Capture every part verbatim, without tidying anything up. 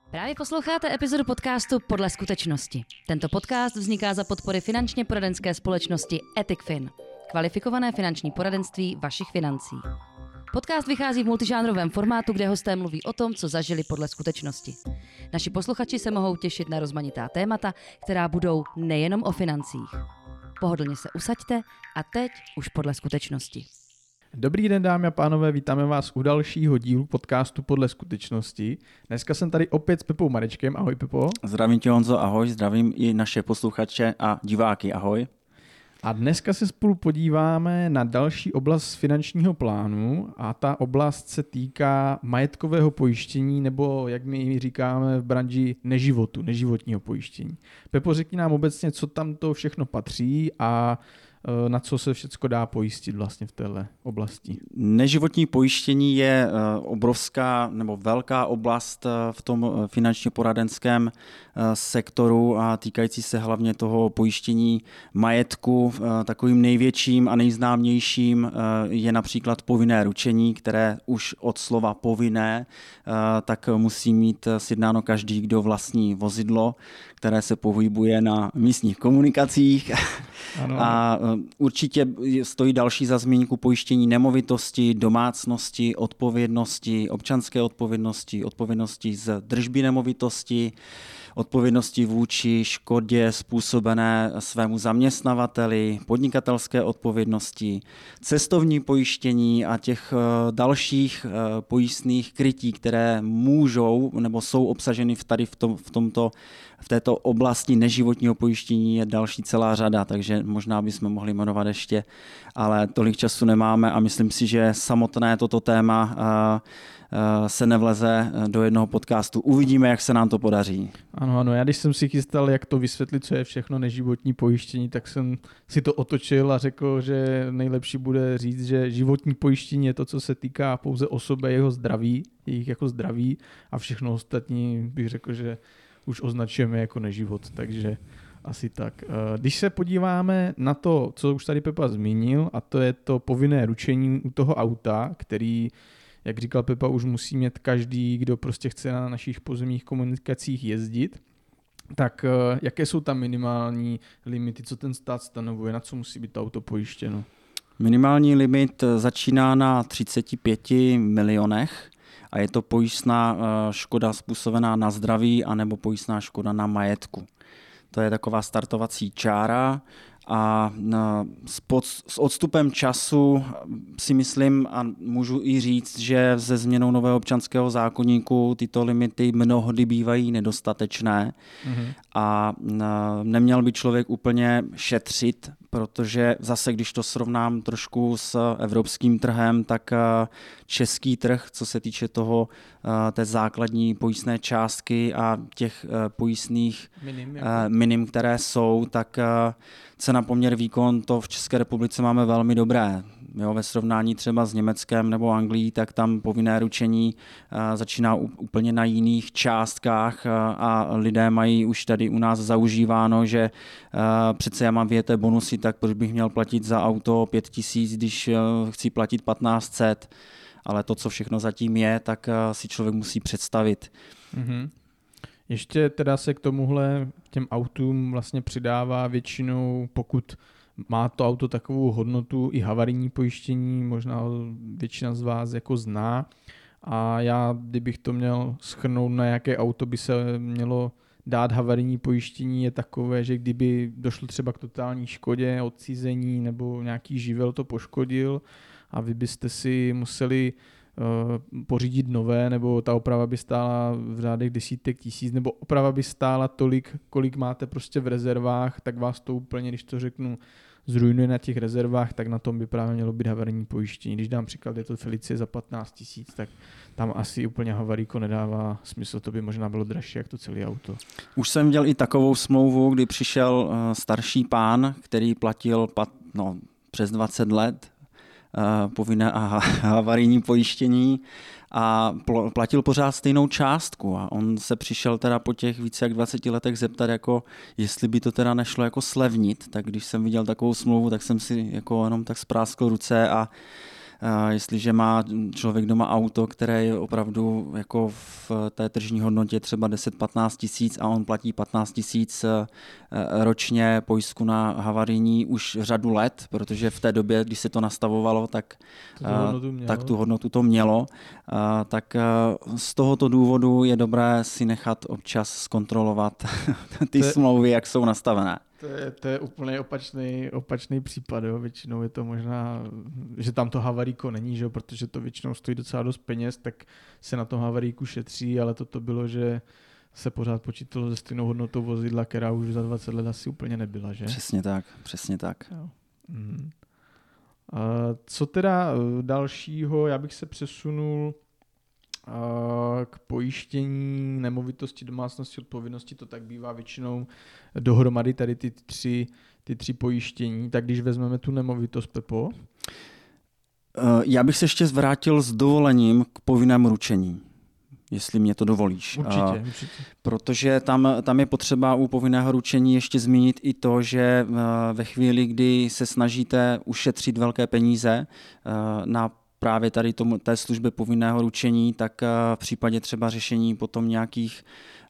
Právě posloucháte epizodu podcastu Podle skutečnosti. Tento podcast vzniká za podpory finančně poradenské společnosti EthicFin. Kvalifikované finanční poradenství vašich financí. Podcast vychází v multižánrovém formátu, kde hosté mluví o tom, co zažili podle skutečnosti. Naši posluchači se mohou těšit na rozmanitá témata, která budou nejenom o financích. Pohodlně se usaďte a teď už podle skutečnosti. Dobrý den, dámy a pánové, vítáme vás u dalšího dílu podcastu Podle skutečnosti. Dneska jsem tady opět s Pepou Marečkem. Ahoj, Pepo. Zdravím tě, Honzo, ahoj, zdravím i naše posluchače a diváky, ahoj. A dneska se spolu podíváme na další oblast finančního plánu a ta oblast se týká majetkového pojištění nebo, jak my říkáme v branži, neživotu, neživotního pojištění. Pepo, řekni nám obecně, co tam to všechno patří a na co se všechno dá pojistit vlastně v téhle oblasti. Neživotní pojištění je obrovská nebo velká oblast v tom finančně poradenském sektoru a týkající se hlavně toho pojištění majetku. Takovým největším a nejznámějším je například povinné ručení, které už od slova povinné, tak musí mít sjednáno každý, kdo vlastní vozidlo, které se pohybuje na místních komunikacích. Ano. A určitě stojí další za zmínku pojištění nemovitosti, domácnosti, odpovědnosti, občanské odpovědnosti, odpovědnosti z držby nemovitosti, odpovědnosti vůči škodě způsobené svému zaměstnavateli, podnikatelské odpovědnosti, cestovní pojištění a těch dalších pojistných krytí, které můžou nebo jsou obsaženy v tady v, tom, v, tomto, v této oblasti neživotního pojištění je další celá řada, takže možná bychom mohli jmenovat ještě, ale tolik času nemáme a myslím si, že samotné toto téma se nevleze do jednoho podcastu. Uvidíme, jak se nám to podaří. Ano, ano, já když jsem si chystal, jak to vysvětlit, co je všechno neživotní pojištění, tak jsem si to otočil a řekl, že nejlepší bude říct, že životní pojištění je to, co se týká pouze osoby, jeho zdraví, jejich jako zdraví a všechno ostatní bych řekl, že už označujeme jako neživot, takže asi tak. Když se podíváme na to, co už tady Pepa zmínil, a to je to povinné ručení u toho auta, který, jak říkal Pepa, už musí mít každý, kdo prostě chce na našich pozemních komunikacích jezdit, tak jaké jsou tam minimální limity, co ten stát stanovuje, na co musí být to auto pojištěno? Minimální limit začíná na třicet pět milionech a je to pojistná škoda způsobená na zdraví anebo pojistná škoda na majetku. To je taková startovací čára a s odstupem času si myslím a můžu i říct, že se změnou nového občanského zákoníku tyto limity mnohdy bývají nedostatečné mm-hmm. a neměl by člověk úplně šetřit, protože zase, když to srovnám trošku s evropským trhem, tak český trh, co se týče toho, té základní pojistné částky a těch pojistných minim, jako... minim, které jsou, tak cena poměr výkon, to v České republice máme velmi dobré. Jo, ve srovnání třeba s Německem nebo Anglií, tak tam povinné ručení uh, začíná u, úplně na jiných částkách uh, a lidé mají už tady u nás zaužíváno, že uh, přece já mám vyjeté bonusy, tak proč bych měl platit za auto pět tisíc, když uh, chci platit patnáct set, ale to, co všechno zatím je, tak uh, si člověk musí představit. Mm-hmm. Ještě teda se k tomuhle těm autům vlastně přidává většinou, pokud má to auto takovou hodnotu, i havarijní pojištění, možná většina z vás jako zná. A já, kdybych to měl shrnout, na jaké auto by se mělo dát havarijní pojištění, je takové, že kdyby došlo třeba k totální škodě, odcizení nebo nějaký živel to poškodil a vy byste si museli pořídit nové, nebo ta oprava by stála v řádech desítek tisíc, nebo oprava by stála tolik, kolik máte prostě v rezervách, tak vás to úplně, když to řeknu, zrujnuje na těch rezervách, tak na tom by právě mělo být havarijní pojištění. Když dám příklad, je to Felicie za patnáct tisíc, tak tam asi úplně havarijko nedává smysl, to by možná bylo dražší, jak to celé auto. Už jsem dělal i takovou smlouvu, kdy přišel starší pán, který platil pat, no, přes dvacet let povinné a havarijní pojištění a platil pořád stejnou částku a on se přišel teda po těch více jak dvaceti letech zeptat, jako jestli by to teda nešlo jako slevnit, tak když jsem viděl takovou smlouvu, tak jsem si jako jenom tak spráskl ruce a Jestliže má člověk doma auto, které je opravdu jako v té tržní hodnotě třeba deset patnáct tisíc a on platí patnáct tisíc ročně pojistku na havarijní už řadu let, protože v té době, když se to nastavovalo, tak, tu tak tu hodnotu to mělo, tak z tohoto důvodu je dobré si nechat občas zkontrolovat ty to je, smlouvy, jak jsou nastavené. To je, to je úplně opačný, opačný případ. Jo. Většinou je to možná, že tam to havaríko není, že jo, protože to většinou stojí docela dost peněz, tak se na tom havaríku šetří, ale toto bylo, že se pořád počítalo se stejnou hodnotou vozidla, která už za dvacet let asi úplně nebyla, že? Přesně tak, přesně tak. Jo. Mhm. A co teda dalšího, já bych se přesunul k pojištění nemovitosti, domácnosti, odpovědnosti, to tak bývá většinou dohromady tady ty tři, ty tři pojištění. Tak když vezmeme tu nemovitost, Pepo? Já bych se ještě vrátil s dovolením k povinnému ručení, jestli mě to dovolíš. Určitě, určitě. Protože tam, tam je potřeba u povinného ručení ještě zmínit i to, že ve chvíli, kdy se snažíte ušetřit velké peníze na právě tady tomu, té službě povinného ručení, tak v případě třeba řešení potom nějakých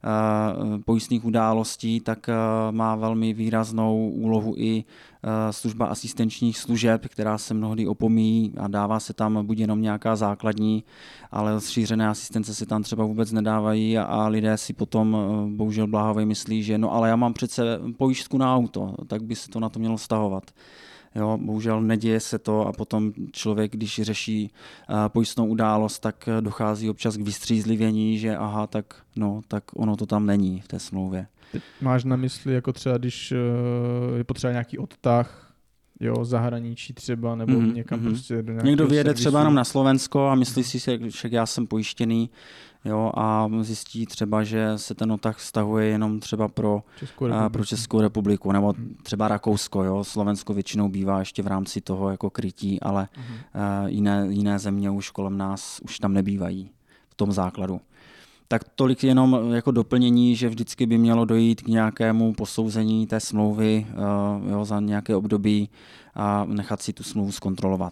uh, pojistných událostí, tak uh, má velmi výraznou úlohu i uh, služba asistenčních služeb, která se mnohdy opomíjí a dává se tam buď jenom nějaká základní, ale rozšířené asistence se tam třeba vůbec nedávají a, a lidé si potom uh, bohužel bláhově myslí, že no ale já mám přece pojistku na auto, tak by se to na to mělo vztahovat. Jo, bohužel neděje se to a potom člověk, když řeší uh, pojistnou událost, tak dochází občas k vystřízlivění, že aha, tak, no, tak ono to tam není v té smlouvě. Teď máš na mysli, jako třeba, když uh, je potřeba nějaký odtah, jo, zahraničí třeba, nebo mm, někam mm. prostě do nějakého Někdo vyjede servisu. třeba jenom na Slovensko a myslí si, že já jsem pojištěný, jo, a zjistí třeba, že se ten odtah vztahuje jenom třeba pro Českou republiku, pro Českou republiku nebo třeba Rakousko, jo. Slovensko většinou bývá ještě v rámci toho jako krytí, ale uh-huh. uh, jiné, jiné země už kolem nás už tam nebývají v tom základu. Tak tolik jenom jako doplnění, že vždycky by mělo dojít k nějakému posouzení té smlouvy uh, jo, za nějaké období a nechat si tu smlouvu zkontrolovat.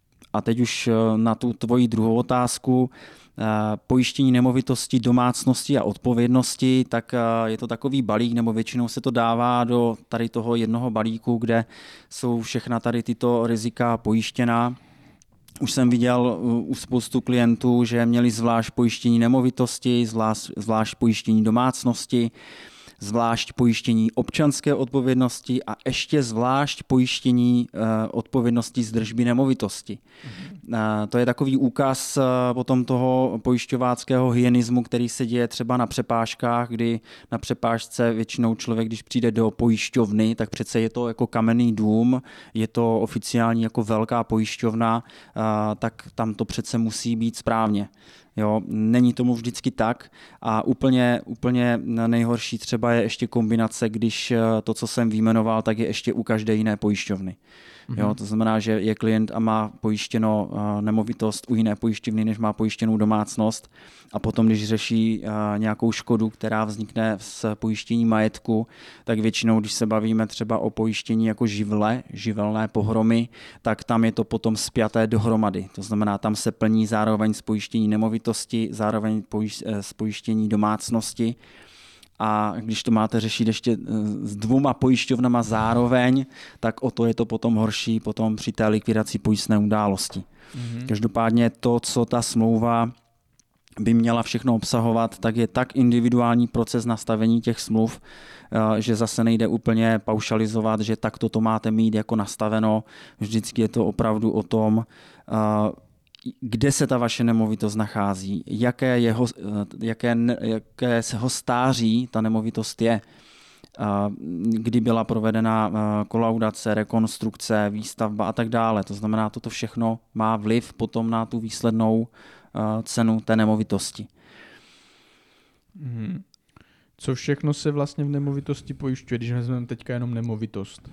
A teď už na tu tvoji druhou otázku, pojištění nemovitosti, domácnosti a odpovědnosti, tak je to takový balík, nebo většinou se to dává do tady toho jednoho balíku, kde jsou všechna tady tyto rizika pojištěná. Už jsem viděl u spoustu klientů, že měli zvlášť pojištění nemovitosti, zvlášť, zvlášť pojištění domácnosti, zvlášť pojištění občanské odpovědnosti a ještě zvlášť pojištění uh, odpovědnosti z držby nemovitosti. Mm. Uh, to je takový úkaz uh, potom toho pojišťováckého hygienismu, který se děje třeba na přepážkách, kdy na přepážce většinou člověk, když přijde do pojišťovny, tak přece je to jako kamenný dům, je to oficiální jako velká pojišťovna, uh, tak tam to přece musí být správně. Jo, není tomu vždycky tak a úplně, úplně nejhorší třeba je ještě kombinace, když to, co jsem vyjmenoval, tak je ještě u každé jiné pojišťovny. Mm-hmm. Jo, to znamená, že je klient a má pojištěno nemovitost u jiné pojišťovny, než má pojištěnou domácnost a potom, když řeší nějakou škodu, která vznikne s pojištění majetku, tak většinou, když se bavíme třeba o pojištění jako živle, živelné pohromy, tak tam je to potom spjaté dohromady. To znamená, tam se plní zároveň z pojištění nemovitosti, zároveň z pojištění domácnosti. A když to máte řešit ještě s dvouma pojišťovnama zároveň, tak o to je to potom horší potom při té likvidaci pojistné události. Mm-hmm. Každopádně to, co ta smlouva by měla všechno obsahovat, tak je tak individuální proces nastavení těch smluv, že zase nejde úplně paušalizovat, že takto to máte mít jako nastaveno. Vždycky je to opravdu o tom, kde se ta vaše nemovitost nachází, jaké, jeho, jaké, jaké jeho stáří ta nemovitost je, kdy byla provedena kolaudace, rekonstrukce, výstavba a tak dále. To znamená, toto všechno má vliv potom na tu výslednou cenu té nemovitosti. Hmm. Co všechno se vlastně v nemovitosti pojišťuje, když vezmeme teďka jenom nemovitost?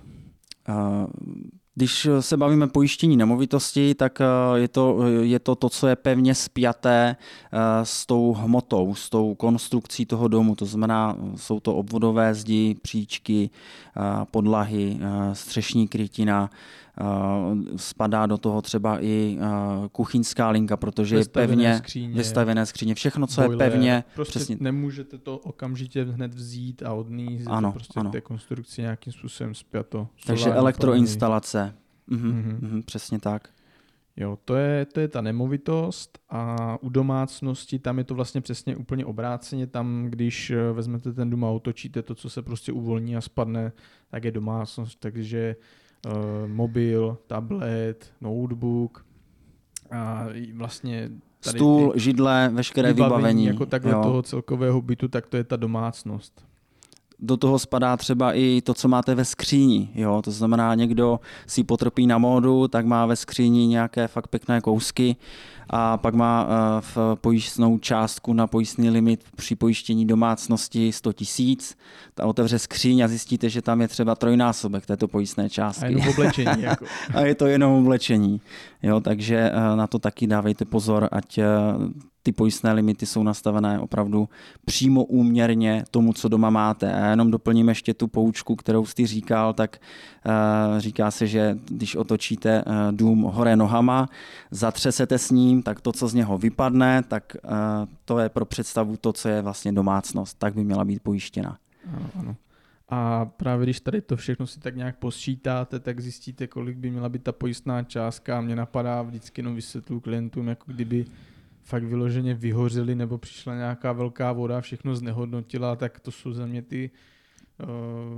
Když se bavíme pojištění nemovitosti, tak je to, je to to, co je pevně spjaté s tou hmotou, s tou konstrukcí toho domu. To znamená, jsou to obvodové zdi, příčky, podlahy, střešní krytina, Spadá do toho třeba i kuchyňská linka, protože je pevně vystavěné skříně. Všechno, co boiler, je pevně. Prostě přesně. Nemůžete to okamžitě hned vzít a odníst. Ano, je to prostě ano. v té konstrukci nějakým způsobem spjato. Takže elektroinstalace. Mhm, mm-hmm. Mhm, přesně tak. Jo, to je, to je ta nemovitost a u domácnosti tam je to vlastně přesně úplně obráceně. Tam, když vezmete ten dům a otočíte to, co se prostě uvolní a spadne, tak je domácnost. Takže uh, mobil, tablet, notebook a vlastně tady stůl, židle, veškeré vybavení. vybavení jako takhle jo. toho celkového bytu, tak to je ta domácnost. Do toho spadá třeba i to, co máte ve skříni. Jo? To znamená, někdo si potrpí na módu, tak má ve skříni nějaké fakt pěkné kousky a pak má v pojistnou částku na pojistný limit při pojištění domácnosti sto tisíc. Ta otevře skříň a zjistíte, že tam je třeba trojnásobek této pojistné částky. A jenom oblečení. Jako. A je to jenom oblečení. Jo? Takže na to taky dávejte pozor, ať ty pojistné limity jsou nastavené opravdu přímo úměrně tomu, co doma máte. A jenom doplním ještě tu poučku, kterou jsi říkal, tak uh, říká se, že když otočíte uh, dům hore nohama, zatřesete s ním, tak to, co z něho vypadne, tak uh, to je pro představu to, co je vlastně domácnost. Tak by měla být pojištěna. Ano, ano. A právě když tady to všechno si tak nějak posčítáte, tak zjistíte, kolik by měla být ta pojistná částka. A mě napadá vždycky, no vysvětluji klientům, jako kdyby fakt vyloženě vyhořeli nebo přišla nějaká velká voda, všechno znehodnotila, tak to jsou za mě ty uh,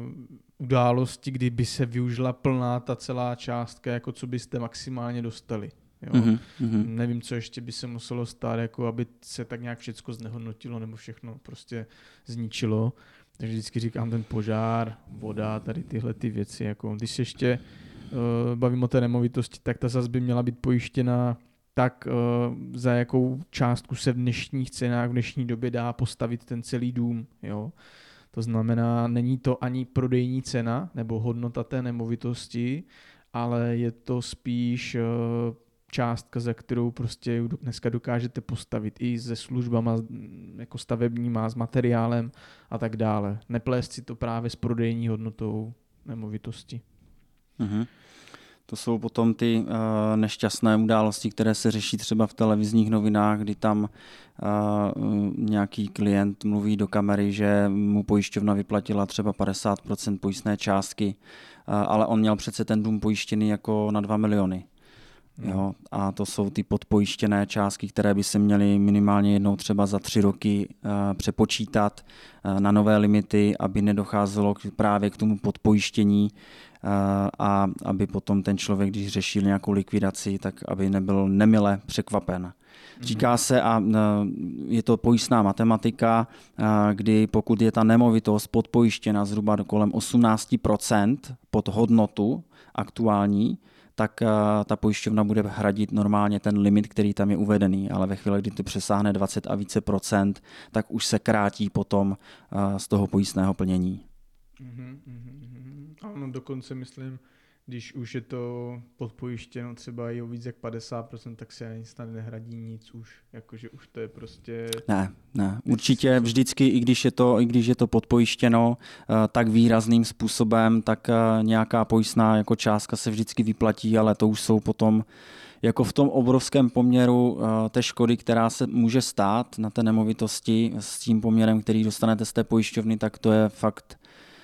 události, kdy by se využila plná ta celá částka, jako co byste maximálně dostali. Jo? Mm-hmm. Nevím, co ještě by se muselo stát, jako aby se tak nějak všechno znehodnotilo nebo všechno prostě zničilo. Takže vždycky říkám ten požár, voda, tady tyhle ty věci. Jako, když se ještě uh, bavím o té nemovitosti, tak ta zase by měla být pojištěna tak uh, za jakou částku se v dnešních cenách, v dnešní době dá postavit ten celý dům. Jo? To znamená, není to ani prodejní cena nebo hodnota té nemovitosti, ale je to spíš uh, částka, za kterou prostě dneska dokážete postavit i se službama jako stavebníma, s materiálem a tak dále. Neplést si to právě s prodejní hodnotou nemovitosti. Mhm. To jsou potom ty uh, nešťastné události, které se řeší třeba v televizních novinách, kdy tam uh, nějaký klient mluví do kamery, že mu pojišťovna vyplatila třeba padesát procent pojistné částky, uh, ale on měl přece ten dům pojištěný jako na dva miliony. Jo, a to jsou ty podpojištěné částky, které by se měly minimálně jednou třeba za tři roky uh, přepočítat uh, na nové limity, aby nedocházelo k, právě k tomu podpojištění uh, a aby potom ten člověk, když řešil nějakou likvidaci, tak aby nebyl nemile překvapen. Říká se, a uh, je to pojistná matematika, uh, kdy pokud je ta nemovitost podpojištěna zhruba do kolem osmnáct procent pod hodnotu aktuální, tak ta pojišťovna bude hradit normálně ten limit, který tam je uvedený, ale ve chvíli, kdy to přesáhne dvacet a více procent, tak už se krátí potom z toho pojistného plnění. Mm-hmm, mm-hmm. Ano, dokonce myslím, když už je to podpojištěno třeba i o víc jak padesát procent, tak se ani snad nehradí nic už, jakože už to je prostě... Ne, ne, určitě vždycky, i když je to, i když je to podpojištěno tak výrazným způsobem, tak nějaká pojistná jako částka se vždycky vyplatí, ale to už jsou potom jako v tom obrovském poměru té škody, která se může stát na té nemovitosti s tím poměrem, který dostanete z té pojišťovny, tak to je fakt...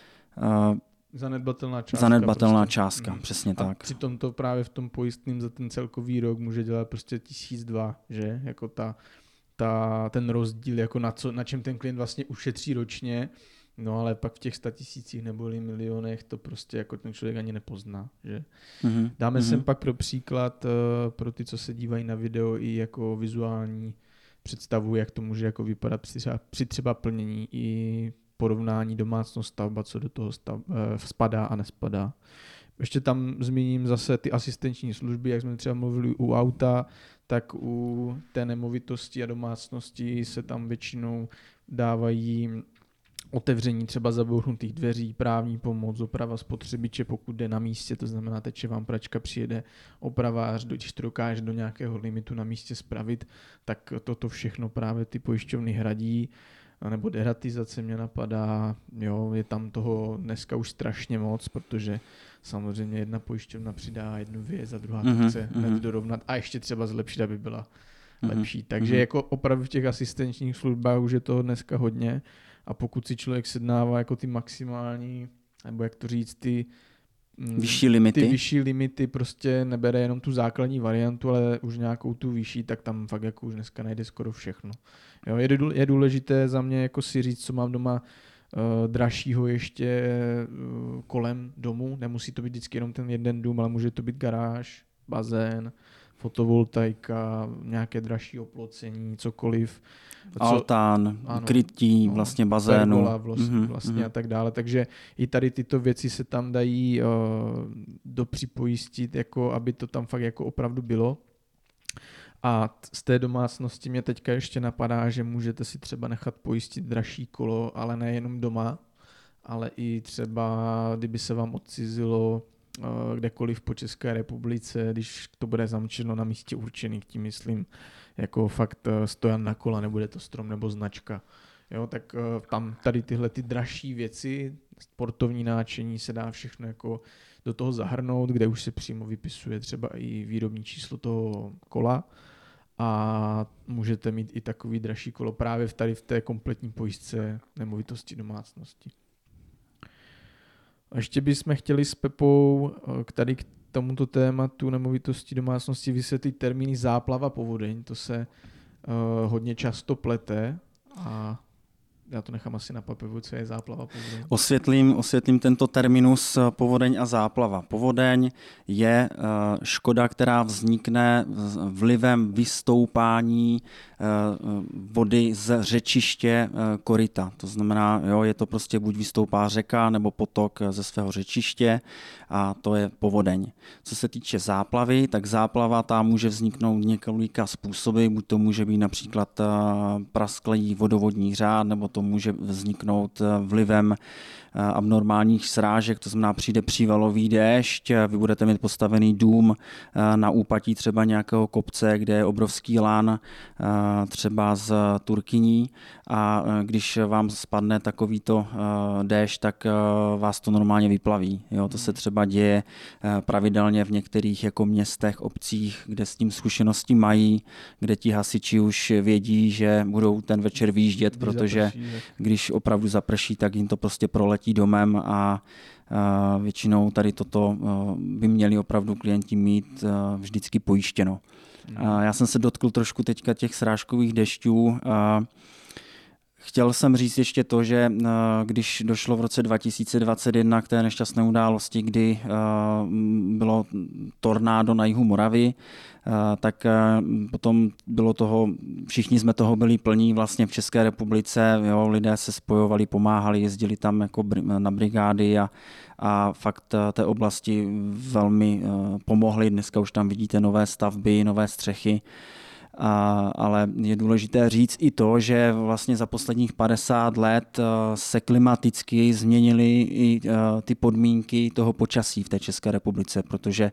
Zanedbatelná částka. Zanedbatelná prostě. částka, hmm. přesně a tak. Přitom to právě v tom pojistném za ten celkový rok může dělat prostě tisíc dva, že? Jako ta, ta, ten rozdíl, jako na, co, na čem ten klient vlastně ušetří ročně, no ale pak v těch statisících nebo milionech to prostě jako ten člověk ani nepozná, že? Hmm. Dáme hmm. sem pak pro příklad uh, pro ty, co se dívají na video i jako vizuální představu, jak to může jako vypadat při třeba, při třeba plnění i porovnání domácnost stavba, co do toho stav, eh, spadá a nespadá. Ještě tam zmíním zase ty asistenční služby, jak jsme třeba mluvili u auta, tak u té nemovitosti a domácnosti se tam většinou dávají otevření třeba zabouchnutých dveří, právní pomoc, oprava spotřebiče, pokud jde na místě, to znamená, teče vám pračka, přijede opravář, když to dokáže do nějakého limitu na místě spravit, tak toto všechno právě ty pojišťovny hradí. nebo deratizace mě napadá, jo, je tam toho dneska už strašně moc, protože samozřejmě jedna pojišťovna přidá jednu věc a druhá mm-hmm, to chce hned mm-hmm. dorovnat a ještě třeba zlepšit, aby byla mm-hmm. lepší. Takže mm-hmm. jako opravdu v těch asistenčních službách už je toho dneska hodně a pokud si člověk sednává jako ty maximální, nebo jak to říct, ty vyšší limity. Ty vyšší limity prostě nebere jenom tu základní variantu, ale už nějakou tu vyšší, tak tam fakt jako už dneska najde skoro všechno. Jo, je důležité za mě jako si říct, co mám doma uh, dražšího ještě uh, kolem domu. Nemusí to být vždycky jenom ten jeden dům, ale může to být garáž, bazén, fotovoltaika, nějaké dražší oplocení, cokoliv. Co, altán, ano, krytí vlastně bazénu. Pergola vlastně, mm-hmm, vlastně mm-hmm. a tak dále. Takže i tady tyto věci se tam dají uh, dopřipojistit, jako aby to tam fakt jako opravdu bylo. A z té domácnosti mě teďka ještě napadá, že můžete si třeba nechat pojistit dražší kolo, ale nejenom doma, ale i třeba, kdyby se vám odcizilo kdekoliv po České republice, když to bude zamčeno na místě určených, tím myslím, jako fakt stojan na kola, nebude to strom nebo značka. Jo, tak tam tady tyhle ty dražší věci, sportovní náčení se dá všechno jako do toho zahrnout, kde už se přímo vypisuje třeba i výrobní číslo toho kola a můžete mít i takový dražší kolo právě tady v té kompletní pojistce nemovitosti domácnosti. A ještě bychom chtěli s Pepou k tady k tomuto tématu nemovitosti domácnosti vysvětlit termíny záplava povodeň. To se uh, hodně často plete a já to nechám asi na Pepu, co je záplava povodeň. Osvětlím, osvětlím tento terminus povodeň a záplava. Povodeň je uh, škoda, která vznikne vlivem vystoupání uh, vody z řečiště uh, koryta. To znamená, jo, je to prostě buď vystoupá řeka nebo potok ze svého řečiště a to je povodeň. Co se týče záplavy, tak záplava ta může vzniknout několika způsoby, buď to může být například uh, prasklý vodovodní řád, nebo to může vzniknout vlivem abnormálních srážek, to znamená přijde přívalový déšť, vy budete mít postavený dům na úpatí třeba nějakého kopce, kde je obrovský lán třeba z Turkyní a když vám spadne takovýto déšť, tak vás to normálně vyplaví. Jo, to se třeba děje pravidelně v některých jako městech, obcích, kde s tím zkušenosti mají, kde ti hasiči už vědí, že budou ten večer vyjíždět, protože když opravdu zaprší, tak jim to prostě proletí domem a většinou tady toto by měli opravdu klienti mít vždycky pojištěno. Já jsem se dotkl trošku teďka těch srážkových dešťů. Chtěl jsem říct ještě to, že když došlo v roce dva tisíce dvacet jedna k té nešťastné události, kdy bylo tornádo na jihu Moravy, tak potom bylo toho, všichni jsme toho byli plní vlastně v České republice, jo, lidé se spojovali, pomáhali, jezdili tam jako na brigády a, a fakt té oblasti velmi pomohli. Dneska už tam vidíte nové stavby, nové střechy. A, ale je důležité říct i to, že vlastně za posledních padesát let se klimaticky změnily i ty podmínky toho počasí v té České republice, protože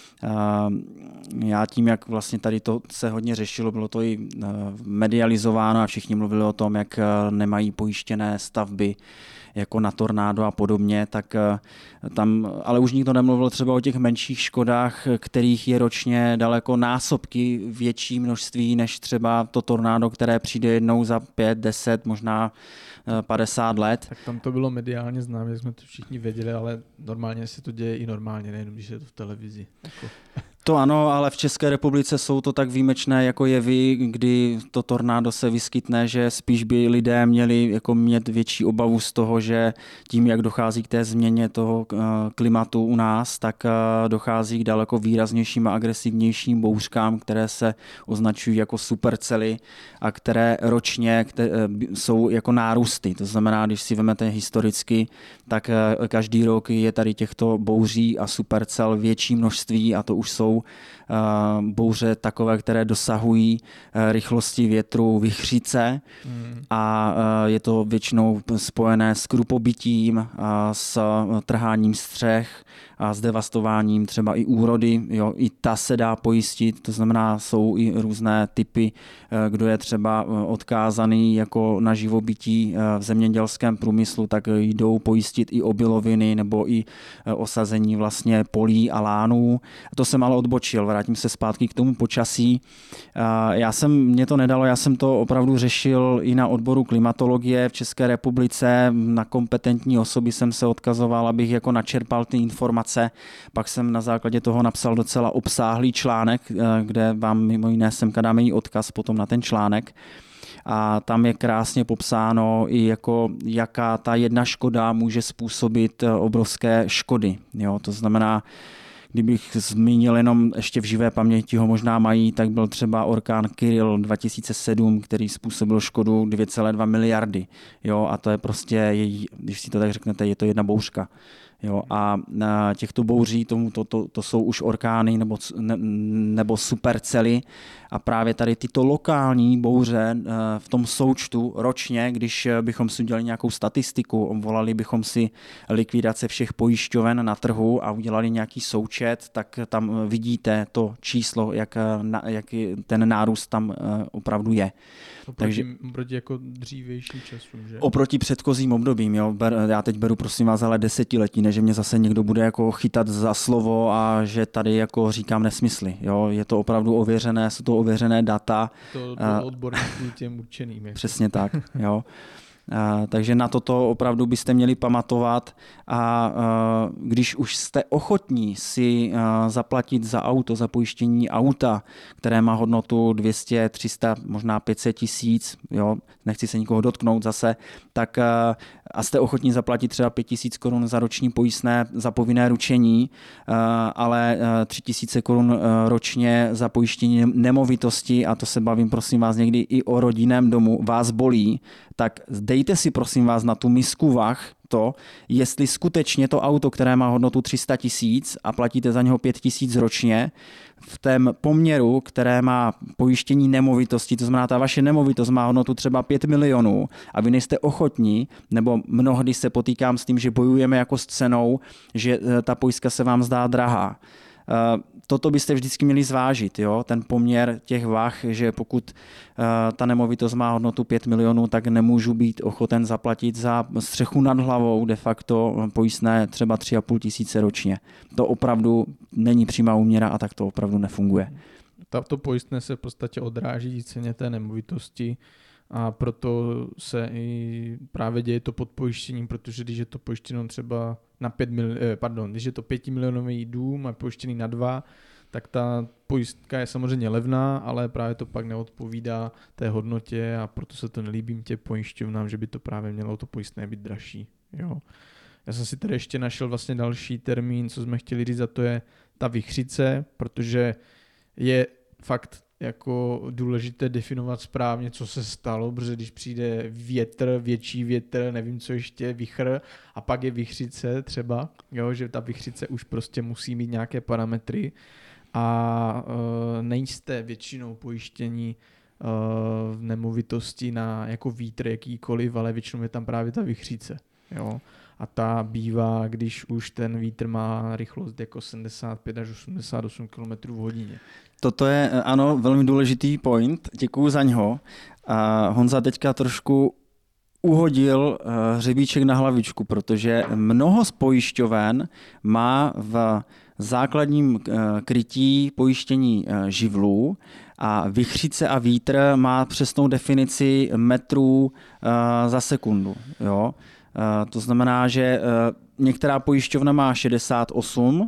já tím, jak vlastně tady to se hodně řešilo, bylo to i medializováno a všichni mluvili o tom, jak nemají pojištěné stavby jako na tornádo a podobně, tak tam, ale už nikdo nemluvil třeba o těch menších škodách, kterých je ročně daleko násobky větší množství než třeba to tornádo, které přijde jednou za pět, deset, možná padesát let. Tak tam to bylo mediálně známé, jsme to všichni věděli, ale normálně se to děje i normálně, nejenom když je to v televizi. Jako. To ano, ale v České republice jsou to tak výjimečné jako jevy, kdy to tornádo se vyskytne, že spíš by lidé měli jako mít větší obavu z toho, že tím, jak dochází k té změně toho klimatu u nás, tak dochází k daleko výraznějším a agresivnějším bouřkám, které se označují jako supercely a které ročně které jsou jako nárůsty. To znamená, když si vezmete historicky, tak každý rok je tady těchto bouří a supercel větší množství a to už jsou bouře takové, které dosahují rychlosti větru vichřice hmm. a je to většinou spojené s krupobytím, s trháním střech a s devastováním třeba i úrody, jo, i ta se dá pojistit, to znamená, jsou i různé typy, kdo je třeba odkázaný jako na živobytí v zemědělském průmyslu, tak jdou pojistit i obiloviny nebo i osazení vlastně polí a lánů. To jsem ale odbočil, vrátím se zpátky k tomu počasí. Já jsem, mě to nedalo, já jsem to opravdu řešil i na odboru klimatologie v České republice, na kompetentní osoby jsem se odkazoval, abych jako načerpal ty informace, pak jsem na základě toho napsal docela obsáhlý článek, kde vám mimo jiné semka dáme i odkaz potom na ten článek. A tam je krásně popsáno i jako jaká ta jedna škoda může způsobit obrovské škody. Jo, to znamená, kdybych zmínil jenom ještě v živé paměti ho možná mají, tak byl třeba orkán Kyrill dva tisíce sedm, který způsobil škodu dvě celé dvě miliardy. Jo, a to je prostě, když si to tak řeknete, je to jedna bouřka. Jo, a těchto bouří tomu, to, to, to jsou už orkány nebo, ne, nebo supercely a právě tady tyto lokální bouře v tom součtu ročně, když bychom si udělali nějakou statistiku, obvolali bychom si likvidace všech pojišťoven na trhu a udělali nějaký součet, tak tam vidíte to číslo, jak, jak ten nárůst tam opravdu je. Oproti, Takže, oproti jako dřívějším časům, že? Oproti předchozím obdobím, jo. Já teď beru prosím vás ale desetiletí, ne, že mě zase někdo bude jako chytat za slovo a že tady jako říkám nesmysly. Jo. Je to opravdu ověřené, jsou to ověřené data. To, to odborníků těm určeným. Jako. Přesně tak, jo. Uh, takže na toto opravdu byste měli pamatovat a uh, když už jste ochotní si uh, zaplatit za auto, za pojištění auta, které má hodnotu dvě stě, tři sta, možná pět set tisíc, jo, nechci se nikoho dotknout zase, tak uh, a jste ochotní zaplatit třeba pět tisíc korun za roční pojistné za povinné ručení, uh, ale uh, tři tisíce korun uh, ročně za pojištění nemovitosti, a to se bavím prosím vás někdy i o rodinném domu, vás bolí, tak dejte si prosím vás na tu misku vah to, jestli skutečně to auto, které má hodnotu tři sta tisíc a platíte za něho pět tisíc ročně, v tom poměru, které má pojištění nemovitosti, to znamená, ta vaše nemovitost má hodnotu třeba pět milionů a vy nejste ochotní, nebo mnohdy se potýkám s tím, že bojujeme jako s cenou, že ta pojistka se vám zdá drahá. Toto byste vždycky měli zvážit, jo? Ten poměr těch vah, že pokud uh, ta nemovitost má hodnotu pět milionů, tak nemůžu být ochoten zaplatit za střechu nad hlavou de facto pojistné třeba tři a půl tisíce ročně. To opravdu není přímá úměra a tak to opravdu nefunguje. Tato pojistné se v podstatě odráží ceně té nemovitosti a proto se i právě děje to podpojištění, protože když je to pojištěno třeba na pět mil, pardon, když je to pětimilionový dům a pojištěný na dva, tak ta pojistka je samozřejmě levná, ale právě to pak neodpovídá té hodnotě a proto se to nelíbí těm pojišťovnám, že by to právě mělo to pojistné být dražší. Jo. Já jsem si tady ještě našel vlastně další termín, co jsme chtěli říct, a to je ta vichřice, protože je fakt jako důležité definovat správně, co se stalo, protože když přijde větr, větší větr, nevím co ještě, vichr a pak je vichřice třeba, jo, že ta vichřice už prostě musí mít nějaké parametry a e, nejste většinou pojištění e, v nemovitosti na jako vítr jakýkoliv, ale většinou je tam právě ta vichřice, jo. A ta bývá, když už ten vítr má rychlost jako sedmdesát pět až osmdesát osm kilometrů v hodině. Toto je, ano, velmi důležitý point, děkuju za něho. A Honza teďka trošku uhodil hřebíček na hlavičku, protože mnoho z pojišťoven má v základním krytí pojištění živlů a vichřice a vítr má přesnou definici metrů za sekundu, jo. To znamená, že některá pojišťovna má šedesát osm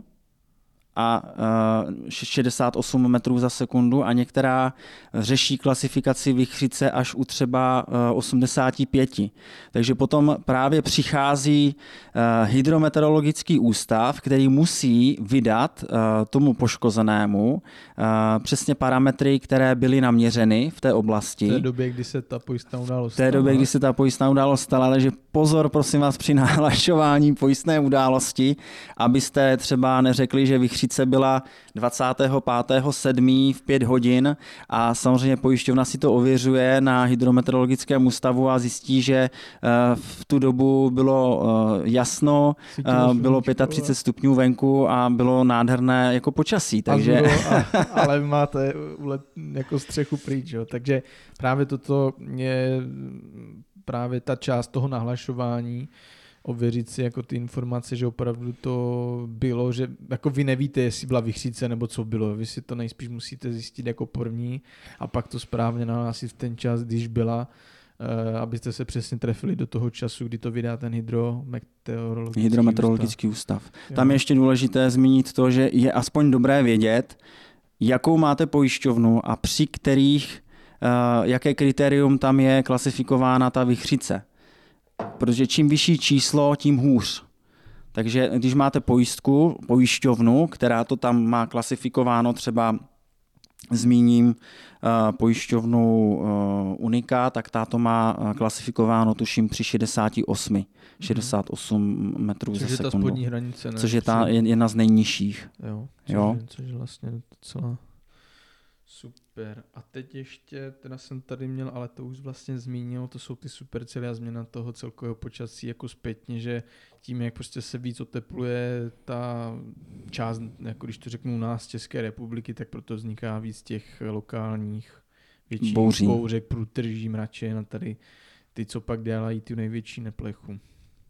a šedesát osm metrů za sekundu a některá řeší klasifikaci vichřice až u třeba osmdesát pět. Takže potom právě přichází hydrometeorologický ústav, který musí vydat tomu poškozenému přesně parametry, které byly naměřeny v té oblasti. V té době, kdy se ta pojistná událost stala. V té době, kdy se ta pojistná událost stala, ale že pozor, prosím vás, při nahlašování pojistné události, abyste třeba neřekli, že vichřice vychřice byla dvacátého pátého sedmého v pět hodin a samozřejmě pojišťovna si to ověřuje na hydrometeorologickém ústavu a zjistí, že v tu dobu bylo jasno, bylo třicet pět stupňů venku a bylo nádherné jako počasí. Takže... A, ale máte jako střechu pryč, jo. Takže právě toto je právě ta část toho nahlašování, ověřit si jako ty informace, že opravdu to bylo, že jako vy nevíte, jestli byla vychřice nebo co bylo, vy si to nejspíš musíte zjistit jako první a pak to správně nahlásit v ten čas, když byla, abyste se přesně trefili do toho času, kdy to vydá ten hydrometeorologický, hydrometeorologický ústav. ústav. Tam je ještě důležité zmínit to, že je aspoň dobré vědět, jakou máte pojišťovnu a při kterých, jaké kritérium tam je klasifikována ta vychřice. Protože čím vyšší číslo, tím hůř. Takže když máte pojistku, pojišťovnu, která to tam má klasifikováno, třeba zmíním uh, pojišťovnu uh, Unica, tak ta to má klasifikováno tuším při šedesát osm, šedesát osm metrů což za sekundu. Což je ta spodní hranice, ne? Což je ta jedna z nejnižších. Jo, což, jo? Je, což je vlastně docela super. A teď ještě, teda jsem tady měl, ale to už vlastně zmínil, to jsou ty supercely a změna toho celkového počasí jako zpětně, že tím, jak prostě se víc otepluje ta část, jako když to řeknu u nás z České republiky, tak proto vzniká víc těch lokálních větších bouří. bouřek, průtrží, mračen a tady ty, co pak dělají tu největší neplechu.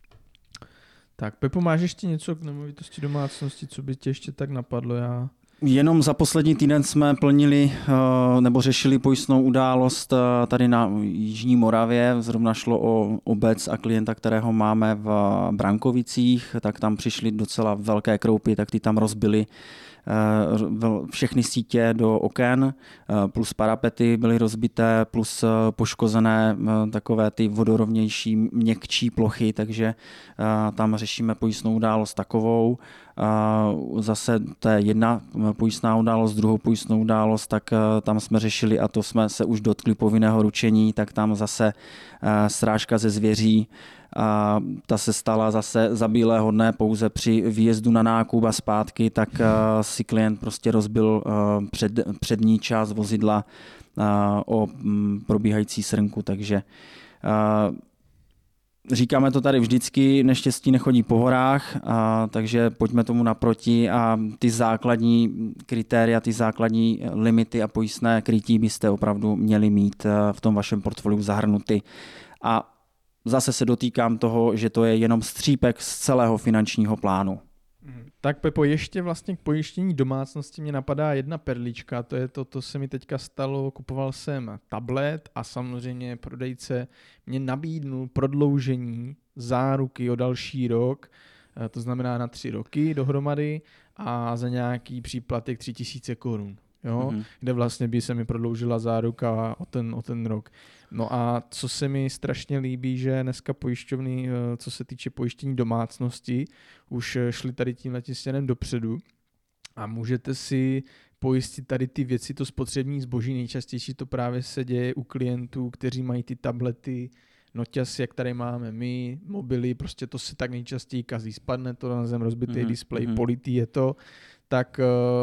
Tak, Pepo, máš ještě něco k nemovitosti domácnosti, co by tě ještě tak napadlo? Já... Jenom za poslední týden jsme plnili nebo řešili pojistnou událost tady na Jižní Moravě. Zrovna šlo o obec a klienta, kterého máme v Brankovicích, tak tam přišly docela velké kroupy, tak ty tam rozbili všechny sítě do oken, plus parapety byly rozbité, plus poškozené takové ty vodorovnější, měkčí plochy, takže tam řešíme pojistnou událost takovou. Zase to je jedna pojistná událost, druhou pojistnou událost, tak tam jsme řešili, a to jsme se už dotkli povinného ručení, tak tam zase srážka ze zvěří. A ta se stala zase za bílého dne pouze při výjezdu na nákup a zpátky, tak si klient prostě rozbil před, přední část vozidla o probíhající srnku, takže říkáme to tady vždycky, neštěstí nechodí po horách, a, takže pojďme tomu naproti a ty základní kritéria, ty základní limity a pojistné krytí byste opravdu měli mít v tom vašem portfoliu zahrnuty. A zase se dotýkám toho, že to je jenom střípek z celého finančního plánu. Tak Pepo, ještě vlastně k pojištění domácnosti mě napadá jedna perlička, to je to, to se mi teďka stalo, kupoval jsem tablet a samozřejmě prodejce mě nabídnul prodloužení záruky o další rok, to znamená na tři roky dohromady a za nějaký příplatek tři tisíce korun. Jo, mm-hmm. kde vlastně by se mi prodloužila záruka o ten, o ten rok. No a co se mi strašně líbí, že dneska pojišťovny, co se týče pojištění domácnosti, už šli tady tímhletím směrem dopředu a můžete si pojistit tady ty věci, to spotřební zboží, nejčastější to právě se děje u klientů, kteří mají ty tablety, noťasy, jak tady máme my, mobily, prostě to se tak nejčastěji kazí, spadne to na zem, rozbitý mm-hmm. displej, politý je to, tak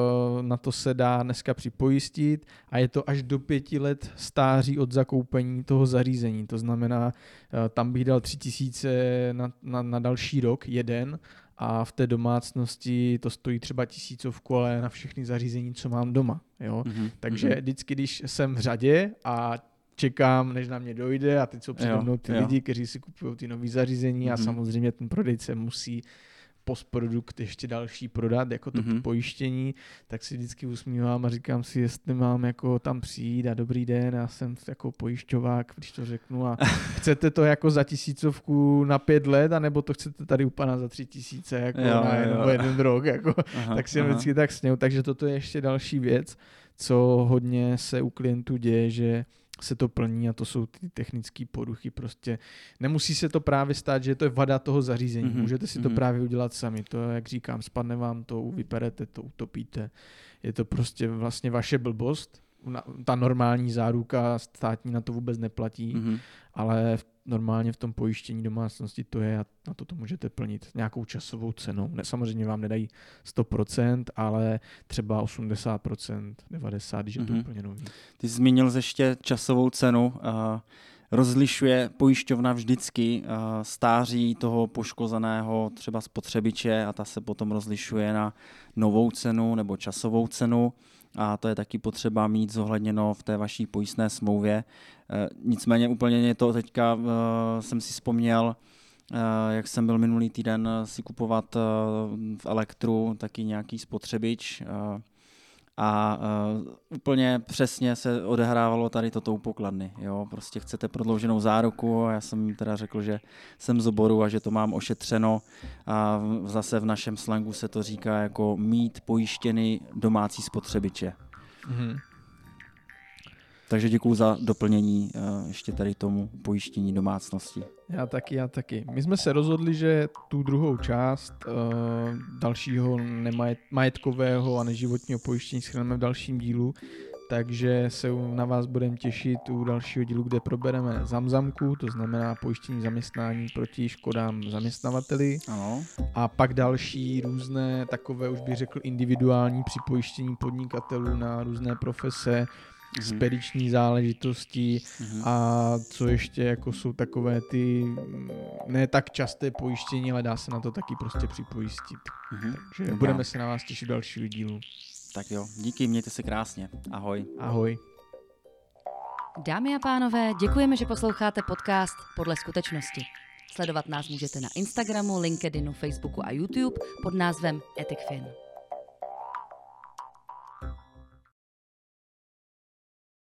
na to se dá dneska připojistit a je to až do pěti let stáří od zakoupení toho zařízení. To znamená, tam bych dal tři tisíce na, na, na další rok, jeden, a v té domácnosti to stojí třeba tisícovku, ale na všechny zařízení, co mám doma. Jo? Mm-hmm. Takže vždycky, když jsem v řadě a čekám, než na mě dojde a teď jsou přede mnou ty jo. lidi, kteří si kupují ty nový zařízení mm-hmm. a samozřejmě ten prodejce musí postprodukt ještě další prodat, jako to mm-hmm. pojištění, tak si vždycky usmívám a říkám si, jestli mám jako tam přijít a dobrý den, já jsem jako pojišťovák, když to řeknu, a chcete to jako za tisícovku na pět let, anebo to chcete tady u pana za tři tisíce jako jo, na jeden, jo. jeden rok, jako, aha, tak si aha. vždycky tak sněju. Takže toto je ještě další věc, co hodně se u klientů děje, že se to plní a to jsou ty technické poruchy. Prostě nemusí se to právě stát, že to je vada toho zařízení. Mm-hmm. Můžete si to mm-hmm. právě udělat sami. To, jak říkám, spadne vám to, vyperete to, utopíte. Je to prostě vlastně vaše blbost, ta normální záruka státní na to vůbec neplatí, mm-hmm. ale v, normálně v tom pojištění domácnosti to je a na to to můžete plnit nějakou časovou cenou. Ne, samozřejmě vám nedají sto procent, ale třeba osmdesát procent, devadesát procent, když je mm-hmm. to úplně nový. Ty jsi zmínil ještě časovou cenu. Uh, rozlišuje pojišťovna vždycky uh, stáří toho poškozeného třeba spotřebiče a ta se potom rozlišuje na novou cenu nebo časovou cenu. A to je taky potřeba mít zohledněno v té vaší pojistné smlouvě. E, nicméně úplně mě to teďka e, jsem si vzpomněl, e, jak jsem byl minulý týden si kupovat e, v Elektru taky nějaký spotřebič e, a e, úplně přesně se odehrávalo tady toto u pokladny. Jo? Prostě chcete prodlouženou záruku a já jsem teda řekl, že jsem z oboru a že to mám ošetřeno a zase v našem slangu se to říká jako mít pojištěný domácí spotřebiče. Mm-hmm. Takže děkuju za doplnění uh, ještě tady tomu pojištění domácnosti. Já taky, já taky. My jsme se rozhodli, že tu druhou část uh, dalšího nemajetkového a neživotního pojištění schrneme v dalším dílu, takže se na vás budeme těšit u dalšího dílu, kde probereme zamzamku, to znamená pojištění zaměstnání proti škodám zaměstnavateli. Ano. A pak další různé takové, už bych řekl, individuální připojištění podnikatelů na různé profese, spediční záležitosti mm-hmm. a co ještě jako jsou takové ty ne tak časté pojištění, ale dá se na to taky prostě připojistit. Mm-hmm. Takže Dobrá. Budeme se na vás těšit dalšího dílu. Tak jo, díky, mějte se krásně. Ahoj. Ahoj. Dámy a pánové, děkujeme, že posloucháte podcast Podle skutečnosti. Sledovat nás můžete na Instagramu, LinkedInu, Facebooku a YouTube pod názvem EthicFin.